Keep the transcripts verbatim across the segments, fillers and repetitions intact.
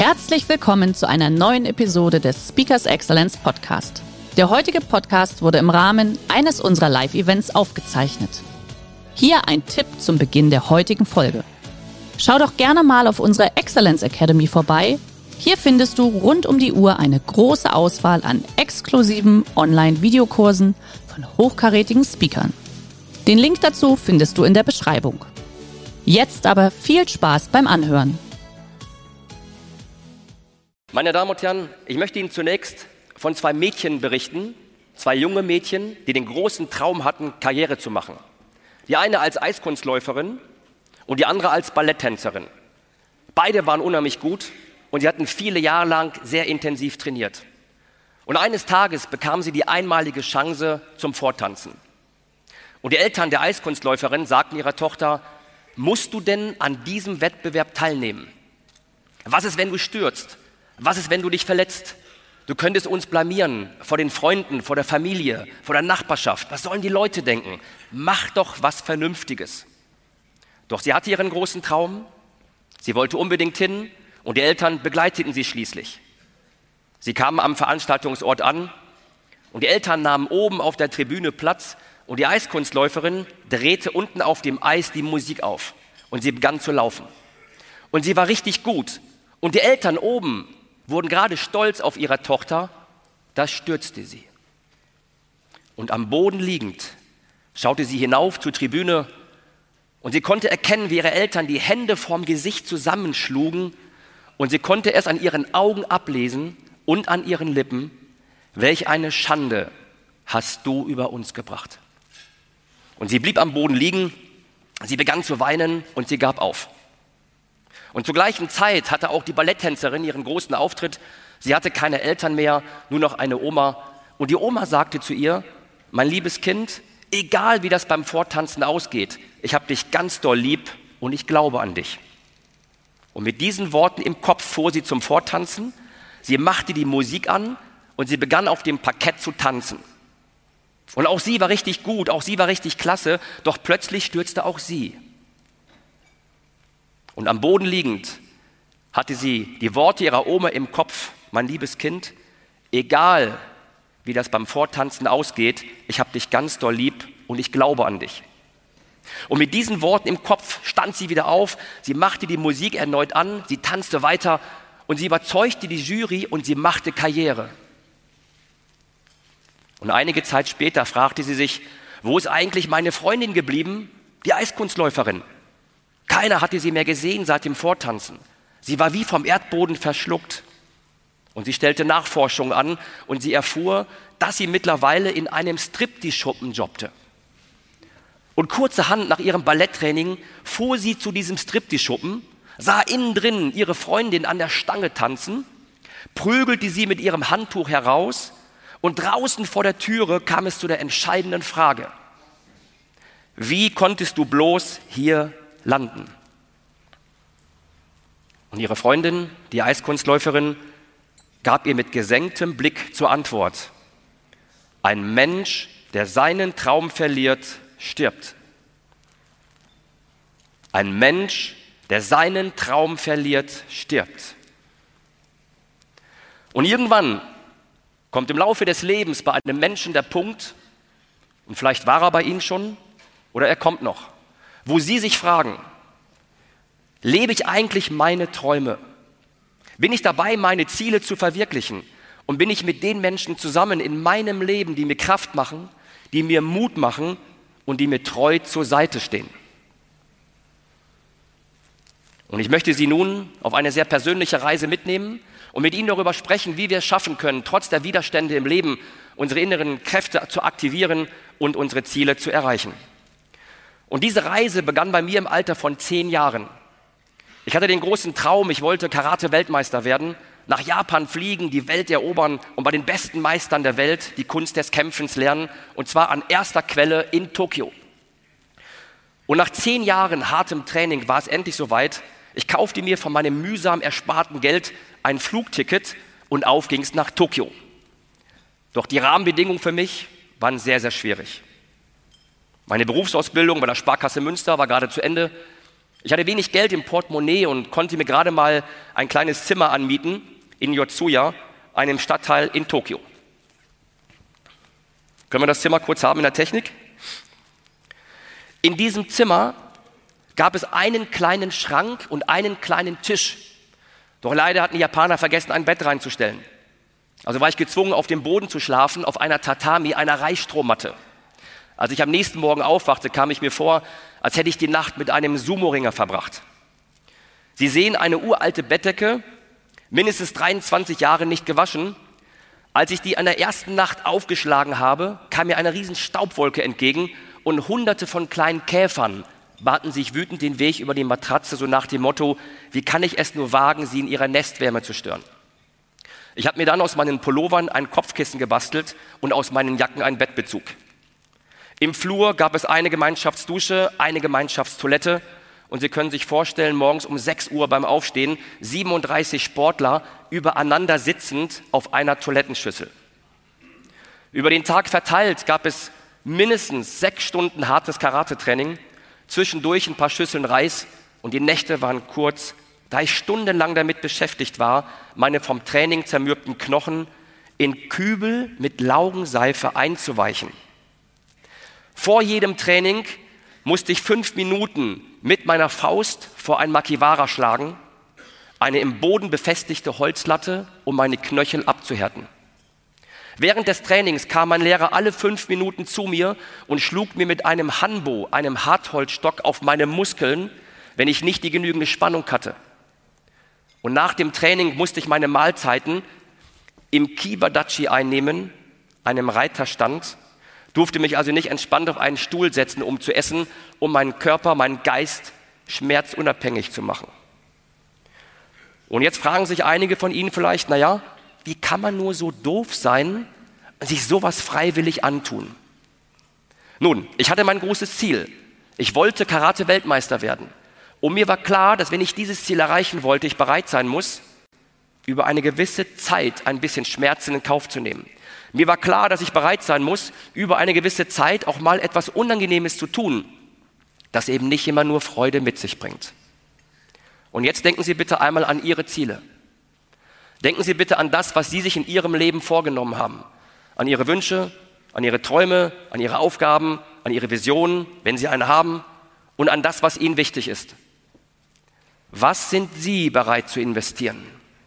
Herzlich willkommen zu einer neuen Episode des Speakers Excellence Podcast. Der heutige Podcast wurde im Rahmen eines unserer Live-Events aufgezeichnet. Hier ein Tipp zum Beginn der heutigen Folge. Schau doch gerne mal auf unserer Excellence Academy vorbei. Hier findest du rund um die Uhr eine große Auswahl an exklusiven Online-Videokursen von hochkarätigen Speakern. Den Link dazu findest du in der Beschreibung. Jetzt aber viel Spaß beim Anhören. Meine Damen und Herren, ich möchte Ihnen zunächst von zwei Mädchen berichten, zwei junge Mädchen, die den großen Traum hatten, Karriere zu machen. Die eine als Eiskunstläuferin und die andere als Balletttänzerin. Beide waren unheimlich gut und sie hatten viele Jahre lang sehr intensiv trainiert. Und eines Tages bekamen sie die einmalige Chance zum Vortanzen. Und die Eltern der Eiskunstläuferin sagten ihrer Tochter: Musst du denn an diesem Wettbewerb teilnehmen? Was ist, wenn du stürzt? Was ist, wenn du dich verletzt? Du könntest uns blamieren vor den Freunden, vor der Familie, vor der Nachbarschaft. Was sollen die Leute denken? Mach doch was Vernünftiges. Doch sie hatte ihren großen Traum. Sie wollte unbedingt hin und die Eltern begleiteten sie schließlich. Sie kamen am Veranstaltungsort an und die Eltern nahmen oben auf der Tribüne Platz und die Eiskunstläuferin drehte unten auf dem Eis die Musik auf und sie begann zu laufen. Und sie war richtig gut. Und die Eltern oben wurden gerade stolz auf ihre Tochter, da stürzte sie. Und am Boden liegend schaute sie hinauf zur Tribüne und sie konnte erkennen, wie ihre Eltern die Hände vorm Gesicht zusammenschlugen und sie konnte es an ihren Augen ablesen und an ihren Lippen: Welch eine Schande hast du über uns gebracht. Und sie blieb am Boden liegen, sie begann zu weinen und sie gab auf. Und zur gleichen Zeit hatte auch die Balletttänzerin ihren großen Auftritt. Sie hatte keine Eltern mehr, nur noch eine Oma. Und die Oma sagte zu ihr: Mein liebes Kind, egal wie das beim Vortanzen ausgeht, ich habe dich ganz doll lieb und ich glaube an dich. Und mit diesen Worten im Kopf fuhr sie zum Vortanzen. Sie machte die Musik an und sie begann auf dem Parkett zu tanzen. Und auch sie war richtig gut, auch sie war richtig klasse, doch plötzlich stürzte auch sie. Und am Boden liegend hatte sie die Worte ihrer Oma im Kopf: Mein liebes Kind, egal wie das beim Vortanzen ausgeht, ich habe dich ganz doll lieb und ich glaube an dich. Und mit diesen Worten im Kopf stand sie wieder auf, sie machte die Musik erneut an, sie tanzte weiter und sie überzeugte die Jury und sie machte Karriere. Und einige Zeit später fragte sie sich: Wo ist eigentlich meine Freundin geblieben, die Eiskunstläuferin? Keiner hatte sie mehr gesehen seit dem Vortanzen. Sie war wie vom Erdboden verschluckt. Und sie stellte Nachforschungen an und sie erfuhr, dass sie mittlerweile in einem Striptease-Schuppen jobbte. Und kurzerhand nach ihrem Balletttraining fuhr sie zu diesem Striptease-Schuppen, sah innen drin ihre Freundin an der Stange tanzen, prügelte sie mit ihrem Handtuch heraus und draußen vor der Türe kam es zu der entscheidenden Frage: Wie konntest du bloß hier landen? Und ihre Freundin, die Eiskunstläuferin, gab ihr mit gesenktem Blick zur Antwort: Ein Mensch, der seinen Traum verliert, stirbt. Ein Mensch, der seinen Traum verliert, stirbt. Und irgendwann kommt im Laufe des Lebens bei einem Menschen der Punkt, und vielleicht war er bei Ihnen schon oder er kommt noch, wo Sie sich fragen: Lebe ich eigentlich meine Träume? Bin ich dabei, meine Ziele zu verwirklichen? Und bin ich mit den Menschen zusammen in meinem Leben, die mir Kraft machen, die mir Mut machen und die mir treu zur Seite stehen? Und ich möchte Sie nun auf eine sehr persönliche Reise mitnehmen und mit Ihnen darüber sprechen, wie wir es schaffen können, trotz der Widerstände im Leben unsere inneren Kräfte zu aktivieren und unsere Ziele zu erreichen. Und diese Reise begann bei mir im Alter von zehn Jahren. Ich hatte den großen Traum, ich wollte Karate-Weltmeister werden, nach Japan fliegen, die Welt erobern und bei den besten Meistern der Welt die Kunst des Kämpfens lernen, und zwar an erster Quelle in Tokio. Und nach zehn Jahren hartem Training war es endlich soweit. Ich kaufte mir von meinem mühsam ersparten Geld ein Flugticket und auf ging es nach Tokio. Doch die Rahmenbedingungen für mich waren sehr, sehr schwierig. Meine Berufsausbildung bei der Sparkasse Münster war gerade zu Ende. Ich hatte wenig Geld im Portemonnaie und konnte mir gerade mal ein kleines Zimmer anmieten in Yotsuya, einem Stadtteil in Tokio. Können wir das Zimmer kurz haben in der Technik? In diesem Zimmer gab es einen kleinen Schrank und einen kleinen Tisch. Doch leider hatten die Japaner vergessen, ein Bett reinzustellen. Also war ich gezwungen, auf dem Boden zu schlafen, auf einer Tatami, einer Reisstrohmatte. Als ich am nächsten Morgen aufwachte, kam ich mir vor, als hätte ich die Nacht mit einem Sumo-Ringer verbracht. Sie sehen eine uralte Bettdecke, mindestens dreiundzwanzig Jahre nicht gewaschen. Als ich die an der ersten Nacht aufgeschlagen habe, kam mir eine riesen Staubwolke entgegen und hunderte von kleinen Käfern bahnten sich wütend den Weg über die Matratze, so nach dem Motto, wie kann ich es nur wagen, sie in ihrer Nestwärme zu stören. Ich habe mir dann aus meinen Pullovern ein Kopfkissen gebastelt und aus meinen Jacken einen Bettbezug. Im Flur gab es eine Gemeinschaftsdusche, eine Gemeinschaftstoilette und Sie können sich vorstellen, morgens um sechs Uhr beim Aufstehen siebenunddreißig Sportler übereinander sitzend auf einer Toilettenschüssel. Über den Tag verteilt gab es mindestens sechs Stunden hartes Karate-Training, zwischendurch ein paar Schüsseln Reis und die Nächte waren kurz, da ich stundenlang damit beschäftigt war, meine vom Training zermürbten Knochen in Kübel mit Laugenseife einzuweichen. Vor jedem Training musste ich fünf Minuten mit meiner Faust vor ein Makiwara schlagen, eine im Boden befestigte Holzlatte, um meine Knöchel abzuhärten. Während des Trainings kam mein Lehrer alle fünf Minuten zu mir und schlug mir mit einem Hanbo, einem Hartholzstock, auf meine Muskeln, wenn ich nicht die genügende Spannung hatte. Und nach dem Training musste ich meine Mahlzeiten im Kibadachi einnehmen, einem Reiterstand, durfte mich also nicht entspannt auf einen Stuhl setzen, um zu essen, um meinen Körper, meinen Geist schmerzunabhängig zu machen. Und jetzt fragen sich einige von Ihnen vielleicht, naja, wie kann man nur so doof sein und sich sowas freiwillig antun? Nun, ich hatte mein großes Ziel. Ich wollte Karate-Weltmeister werden. Und mir war klar, dass wenn ich dieses Ziel erreichen wollte, ich bereit sein muss, über eine gewisse Zeit ein bisschen Schmerzen in Kauf zu nehmen. Mir war klar, dass ich bereit sein muss, über eine gewisse Zeit auch mal etwas Unangenehmes zu tun, das eben nicht immer nur Freude mit sich bringt. Und jetzt denken Sie bitte einmal an Ihre Ziele. Denken Sie bitte an das, was Sie sich in Ihrem Leben vorgenommen haben. An Ihre Wünsche, an Ihre Träume, an Ihre Aufgaben, an Ihre Visionen, wenn Sie eine haben, und an das, was Ihnen wichtig ist. Was sind Sie bereit zu investieren?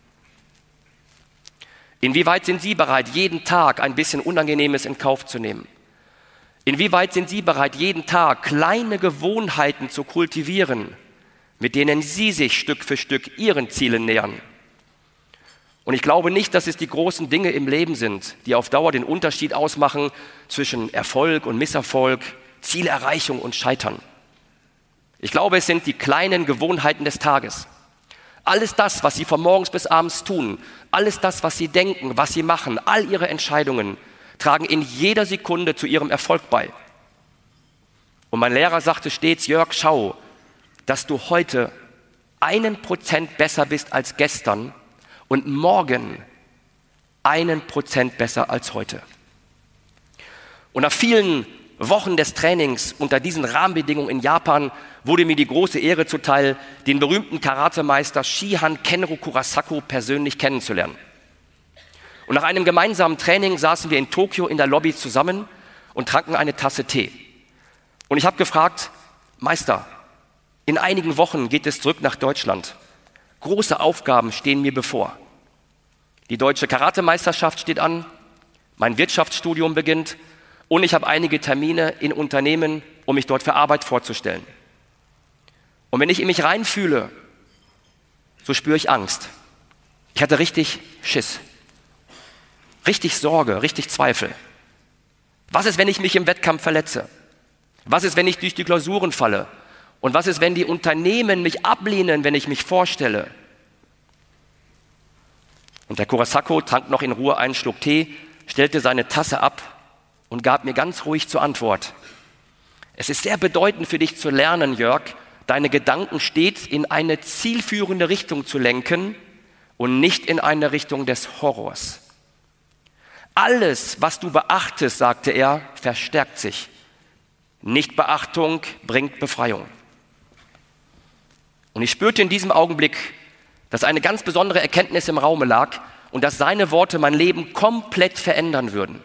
Inwieweit sind Sie bereit, jeden Tag ein bisschen Unangenehmes in Kauf zu nehmen? Inwieweit sind Sie bereit, jeden Tag kleine Gewohnheiten zu kultivieren, mit denen Sie sich Stück für Stück Ihren Zielen nähern? Und ich glaube nicht, dass es die großen Dinge im Leben sind, die auf Dauer den Unterschied ausmachen zwischen Erfolg und Misserfolg, Zielerreichung und Scheitern. Ich glaube, es sind die kleinen Gewohnheiten des Tages. Alles das, was Sie von morgens bis abends tun, alles das, was Sie denken, was Sie machen, all Ihre Entscheidungen tragen in jeder Sekunde zu Ihrem Erfolg bei. Und mein Lehrer sagte stets, Jörg, schau, dass du heute einen Prozent besser bist als gestern und morgen einen Prozent besser als heute. Und nach vielen Wochen des Trainings unter diesen Rahmenbedingungen in Japan wurde mir die große Ehre zuteil, den berühmten Karatemeister Shihan Kenro Kurosako persönlich kennenzulernen. Und nach einem gemeinsamen Training saßen wir in Tokio in der Lobby zusammen und tranken eine Tasse Tee. Und ich habe gefragt, Meister, in einigen Wochen geht es zurück nach Deutschland. Große Aufgaben stehen mir bevor. Die deutsche Karatemeisterschaft steht an, mein Wirtschaftsstudium beginnt und ich habe einige Termine in Unternehmen, um mich dort für Arbeit vorzustellen. Und wenn ich in mich reinfühle, so spüre ich Angst. Ich hatte richtig Schiss, richtig Sorge, richtig Zweifel. Was ist, wenn ich mich im Wettkampf verletze? Was ist, wenn ich durch die Klausuren falle? Und was ist, wenn die Unternehmen mich ablehnen, wenn ich mich vorstelle? Und der Kurosako trank noch in Ruhe einen Schluck Tee, stellte seine Tasse ab und gab mir ganz ruhig zur Antwort: Es ist sehr bedeutend für dich zu lernen, Jörg, deine Gedanken stets in eine zielführende Richtung zu lenken und nicht in eine Richtung des Horrors. Alles, was du beachtest, sagte er, verstärkt sich. Nichtbeachtung bringt Befreiung. Und ich spürte in diesem Augenblick, dass eine ganz besondere Erkenntnis im Raume lag und dass seine Worte mein Leben komplett verändern würden.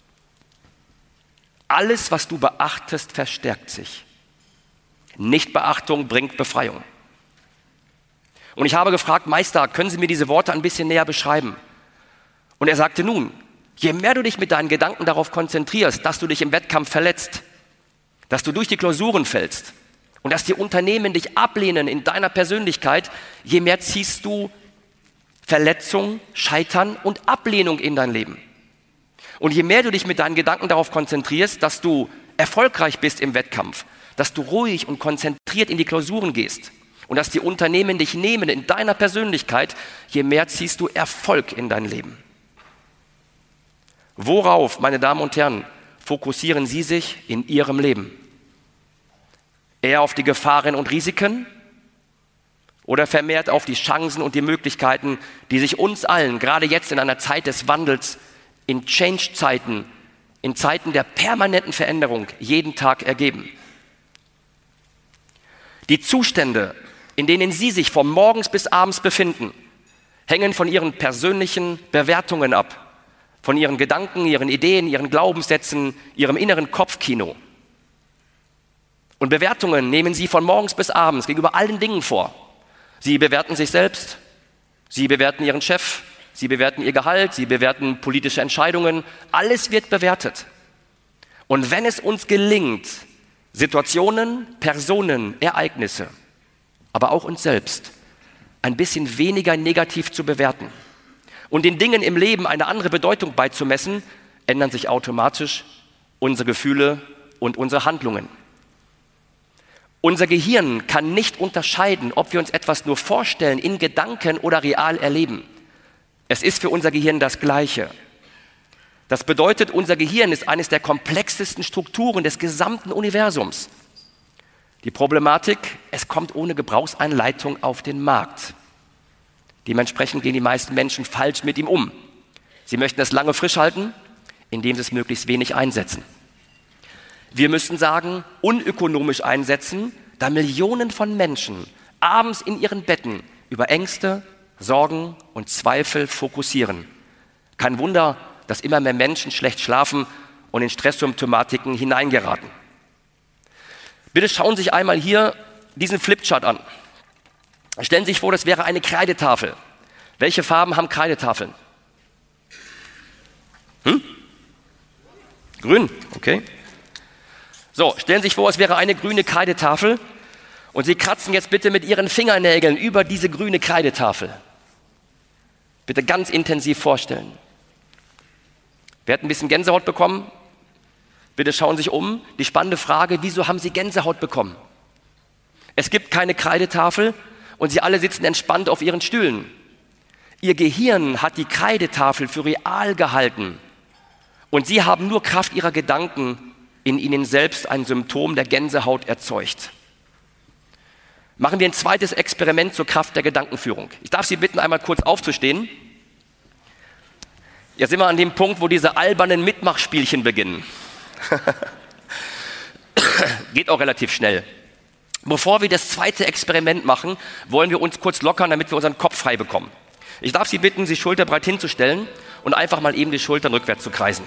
Alles, was du beachtest, verstärkt sich. Nichtbeachtung bringt Befreiung. Und ich habe gefragt, Meister, können Sie mir diese Worte ein bisschen näher beschreiben? Und er sagte, nun, je mehr du dich mit deinen Gedanken darauf konzentrierst, dass du dich im Wettkampf verletzt, dass du durch die Klausuren fällst und dass die Unternehmen dich ablehnen in deiner Persönlichkeit, je mehr ziehst du Verletzung, Scheitern und Ablehnung in dein Leben. Und je mehr du dich mit deinen Gedanken darauf konzentrierst, dass du erfolgreich bist im Wettkampf, dass du ruhig und konzentriert in die Klausuren gehst und dass die Unternehmen dich nehmen in deiner Persönlichkeit, je mehr ziehst du Erfolg in dein Leben. Worauf, meine Damen und Herren, fokussieren Sie sich in Ihrem Leben? Eher auf die Gefahren und Risiken oder vermehrt auf die Chancen und die Möglichkeiten, die sich uns allen, gerade jetzt in einer Zeit des Wandels, in Change-Zeiten, in Zeiten der permanenten Veränderung jeden Tag ergeben? Die Zustände, in denen Sie sich von morgens bis abends befinden, hängen von Ihren persönlichen Bewertungen ab, von Ihren Gedanken, Ihren Ideen, Ihren Glaubenssätzen, Ihrem inneren Kopfkino. Und Bewertungen nehmen Sie von morgens bis abends gegenüber allen Dingen vor. Sie bewerten sich selbst, Sie bewerten Ihren Chef, Sie bewerten Ihr Gehalt, Sie bewerten politische Entscheidungen. Alles wird bewertet. Und wenn es uns gelingt, Situationen, Personen, Ereignisse, aber auch uns selbst ein bisschen weniger negativ zu bewerten und den Dingen im Leben eine andere Bedeutung beizumessen, ändern sich automatisch unsere Gefühle und unsere Handlungen. Unser Gehirn kann nicht unterscheiden, ob wir uns etwas nur vorstellen, in Gedanken oder real erleben. Es ist für unser Gehirn das Gleiche. Das bedeutet, unser Gehirn ist eines der komplexesten Strukturen des gesamten Universums. Die Problematik, es kommt ohne Gebrauchseinleitung auf den Markt. Dementsprechend gehen die meisten Menschen falsch mit ihm um. Sie möchten es lange frisch halten, indem sie es möglichst wenig einsetzen. Wir müssen sagen, unökonomisch einsetzen, da Millionen von Menschen abends in ihren Betten über Ängste, Sorgen und Zweifel fokussieren. Kein Wunder, dass immer mehr Menschen schlecht schlafen und in Stresssymptomatiken hineingeraten. Bitte schauen Sie sich einmal hier diesen Flipchart an. Stellen Sie sich vor, das wäre eine Kreidetafel. Welche Farben haben Kreidetafeln? Hm? Grün, okay. So, stellen Sie sich vor, es wäre eine grüne Kreidetafel und Sie kratzen jetzt bitte mit Ihren Fingernägeln über diese grüne Kreidetafel. Bitte ganz intensiv vorstellen. Wer hat ein bisschen Gänsehaut bekommen? Bitte schauen Sie sich um. Die spannende Frage, wieso haben Sie Gänsehaut bekommen? Es gibt keine Kreidetafel und Sie alle sitzen entspannt auf Ihren Stühlen. Ihr Gehirn hat die Kreidetafel für real gehalten und Sie haben nur Kraft Ihrer Gedanken in Ihnen selbst ein Symptom der Gänsehaut erzeugt. Machen wir ein zweites Experiment zur Kraft der Gedankenführung. Ich darf Sie bitten, einmal kurz aufzustehen. Jetzt sind wir an dem Punkt, wo diese albernen Mitmachspielchen beginnen. Geht auch relativ schnell. Bevor wir das zweite Experiment machen, wollen wir uns kurz lockern, damit wir unseren Kopf frei bekommen. Ich darf Sie bitten, sich schulterbreit hinzustellen und einfach mal eben die Schultern rückwärts zu kreisen.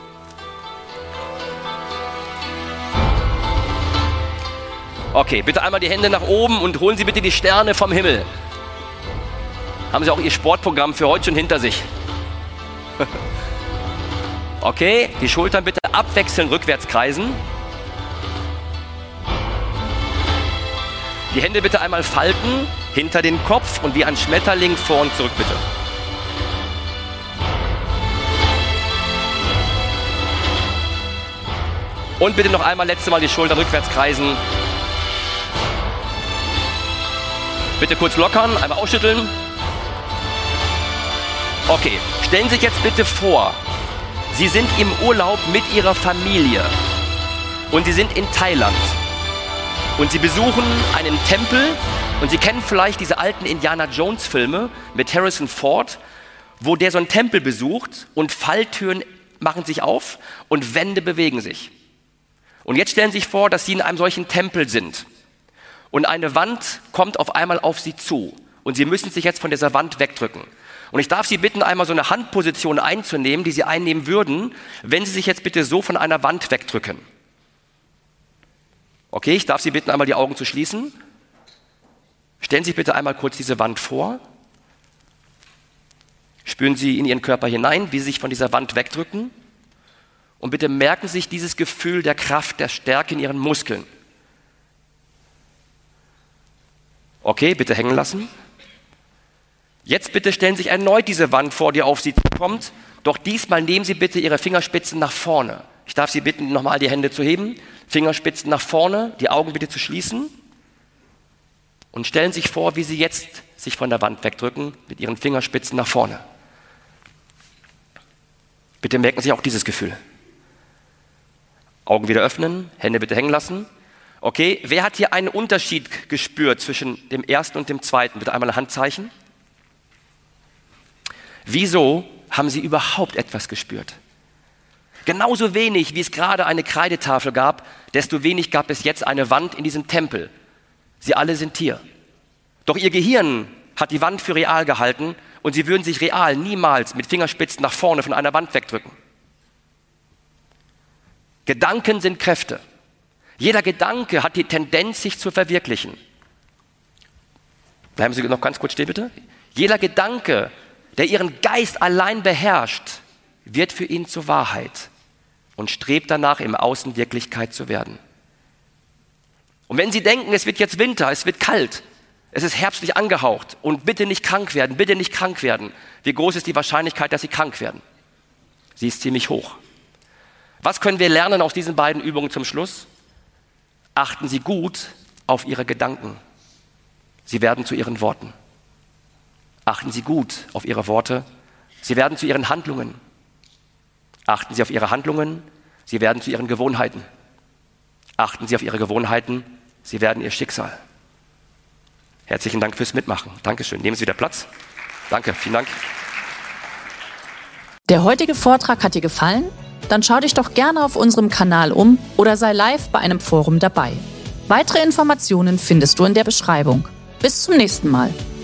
Okay, bitte einmal die Hände nach oben und holen Sie bitte die Sterne vom Himmel. Haben Sie auch Ihr Sportprogramm für heute schon hinter sich? Okay, die Schultern bitte abwechselnd rückwärts kreisen. Die Hände bitte einmal falten, hinter den Kopf und wie ein Schmetterling vor und zurück bitte. Und bitte noch einmal letzte Mal die Schultern rückwärts kreisen. Bitte kurz lockern, einmal ausschütteln. Okay, stellen Sie sich jetzt bitte vor, Sie sind im Urlaub mit Ihrer Familie und Sie sind in Thailand und Sie besuchen einen Tempel und Sie kennen vielleicht diese alten Indiana Jones Filme mit Harrison Ford, wo der so einen Tempel besucht und Falltüren machen sich auf und Wände bewegen sich. Und jetzt stellen Sie sich vor, dass Sie in einem solchen Tempel sind. und eine Wand kommt auf einmal auf Sie zu und Sie müssen sich jetzt von dieser Wand wegdrücken. Und ich darf Sie bitten, einmal so eine Handposition einzunehmen, die Sie einnehmen würden, wenn Sie sich jetzt bitte so von einer Wand wegdrücken. Okay, ich darf Sie bitten, einmal die Augen zu schließen. Stellen Sie sich bitte einmal kurz diese Wand vor. Spüren Sie in Ihren Körper hinein, wie Sie sich von dieser Wand wegdrücken. Und bitte merken Sie sich dieses Gefühl der Kraft, der Stärke in Ihren Muskeln. Okay, bitte hängen lassen. Jetzt bitte stellen Sie sich erneut diese Wand vor, die auf Sie zukommt. Doch diesmal nehmen Sie bitte Ihre Fingerspitzen nach vorne. Ich darf Sie bitten, nochmal die Hände zu heben. Fingerspitzen nach vorne, die Augen bitte zu schließen. Und stellen Sie sich vor, wie Sie jetzt sich von der Wand wegdrücken, mit Ihren Fingerspitzen nach vorne. Bitte merken Sie auch dieses Gefühl. Augen wieder öffnen, Hände bitte hängen lassen. Okay, wer hat hier einen Unterschied gespürt zwischen dem ersten und dem zweiten? Bitte einmal ein Handzeichen. Wieso haben Sie überhaupt etwas gespürt? Genauso wenig, wie es gerade eine Kreidetafel gab, desto wenig gab es jetzt eine Wand in diesem Tempel. Sie alle sind hier. Doch Ihr Gehirn hat die Wand für real gehalten und Sie würden sich real niemals mit Fingerspitzen nach vorne von einer Wand wegdrücken. Gedanken sind Kräfte. Jeder Gedanke hat die Tendenz, sich zu verwirklichen. Bleiben Sie noch ganz kurz stehen, bitte. Jeder Gedanke, der Ihren Geist allein beherrscht, wird für ihn zur Wahrheit und strebt danach, im Außen Wirklichkeit zu werden. Und wenn Sie denken, es wird jetzt Winter, es wird kalt, es ist herbstlich angehaucht und bitte nicht krank werden, bitte nicht krank werden, wie groß ist die Wahrscheinlichkeit, dass Sie krank werden? Sie ist ziemlich hoch. Was können wir lernen aus diesen beiden Übungen zum Schluss? Achten Sie gut auf Ihre Gedanken. Sie werden zu Ihren Worten. Achten Sie gut auf Ihre Worte. Sie werden zu Ihren Handlungen. Achten Sie auf Ihre Handlungen. Sie werden zu Ihren Gewohnheiten. Achten Sie auf Ihre Gewohnheiten. Sie werden Ihr Schicksal. Herzlichen Dank fürs Mitmachen. Dankeschön. Nehmen Sie wieder Platz. Danke, vielen Dank. Der heutige Vortrag hat dir gefallen? Dann schau dich doch gerne auf unserem Kanal um oder sei live bei einem Forum dabei. Weitere Informationen findest du in der Beschreibung. Bis zum nächsten Mal.